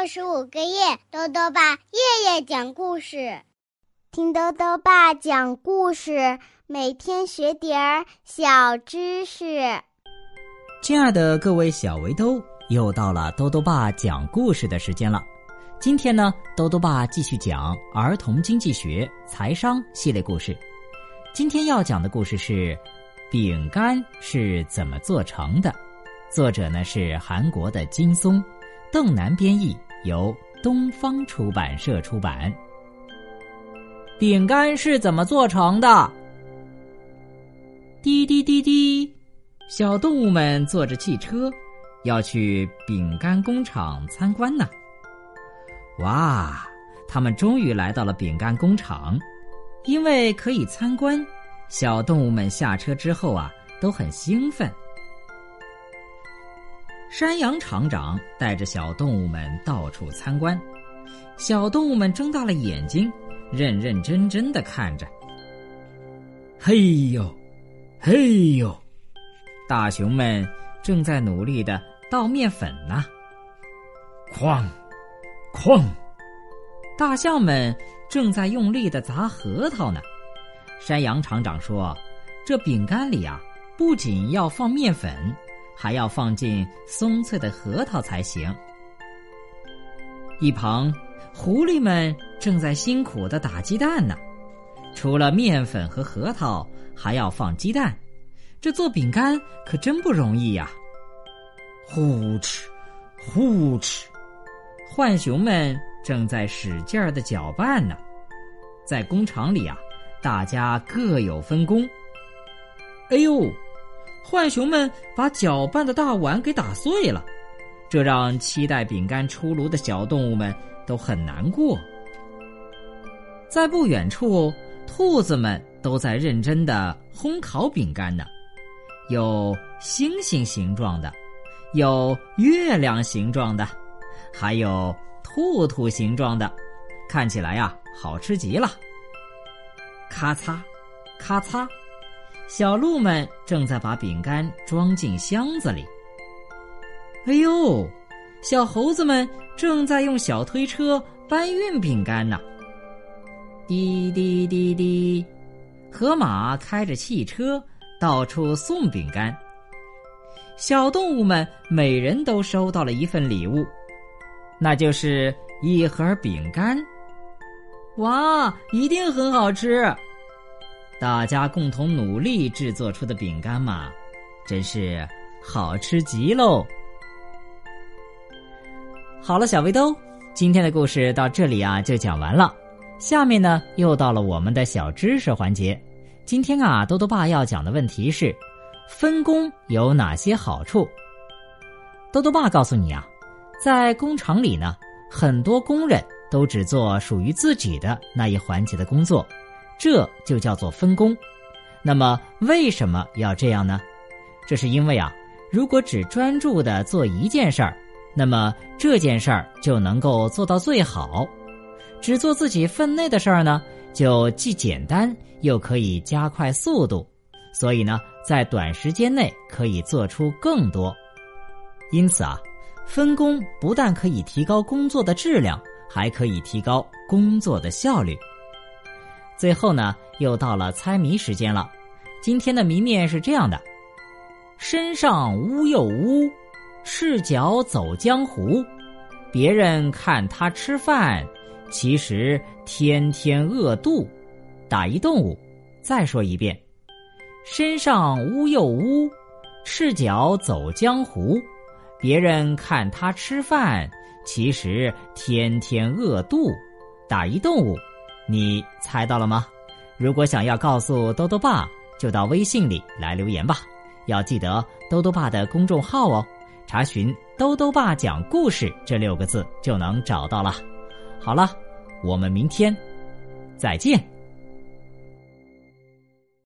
65个夜，豆豆爸夜夜讲故事，听豆豆爸讲故事，每天学点儿小知识。 亲爱的各位小围兜，又到了豆豆爸讲故事的时间了。今天呢，豆豆爸继续讲儿童经济学财商系列故事。今天要讲的故事是饼干是怎么做成的，作者呢是韩国的金松，邓南编译，由东方出版社出版。饼干是怎么做成的？滴滴滴滴，小动物们坐着汽车要去饼干工厂参观呢。哇，他们终于来到了饼干工厂。因为可以参观，小动物们下车之后都很兴奋。山羊厂长带着小动物们到处参观，小动物们睁大了眼睛，认认真真地看着。嘿呦嘿呦，大熊们正在努力地倒面粉呢。哐哐，大象们正在用力地砸核桃呢。山羊厂长说，这饼干里不仅要放面粉，还要放进松脆的核桃才行。一旁狐狸们正在辛苦地打鸡蛋呢，除了面粉和核桃，还要放鸡蛋，这做饼干可真不容易呀。呼哧呼哧，浣熊们正在使劲地搅拌呢。在工厂里大家各有分工。哎呦，浣熊们把搅拌的大碗给打碎了，这让期待饼干出炉的小动物们都很难过。在不远处，兔子们都在认真地烘烤饼干呢，有星星形状的，有月亮形状的，还有兔兔形状的，看起来好吃极了。咔嚓咔嚓，小鹿们正在把饼干装进箱子里。哎呦，小猴子们正在用小推车搬运饼干呢。滴滴滴滴，河马开着汽车到处送饼干。小动物们每人都收到了一份礼物，那就是一盒饼干。哇，一定很好吃！大家共同努力制作出的饼干嘛，真是好吃极喽！好了，小围兜，今天的故事到这里就讲完了。下面呢，又到了我们的小知识环节。今天豆豆爸要讲的问题是：分工有哪些好处？豆豆爸告诉你在工厂里呢，很多工人都只做属于自己的那一环节的工作，这就叫做分工。那么为什么要这样呢？这是因为如果只专注地做一件事儿，那么这件事儿就能够做到最好。只做自己分内的事儿呢，就既简单又可以加快速度，所以呢，在短时间内可以做出更多。因此分工不但可以提高工作的质量，还可以提高工作的效率。最后呢，又到了猜谜时间了。今天的谜面是这样的：身上乌又乌，赤脚走江湖，别人看他吃饭，其实天天饿肚。打一动物。再说一遍：身上乌又乌，赤脚走江湖，别人看他吃饭，其实天天饿肚。打一动物。你猜到了吗？如果想要告诉豆豆爸，就到微信里来留言吧。要记得豆豆爸的公众号哦，查询豆豆爸讲故事这6个字就能找到了。好了，我们明天再见。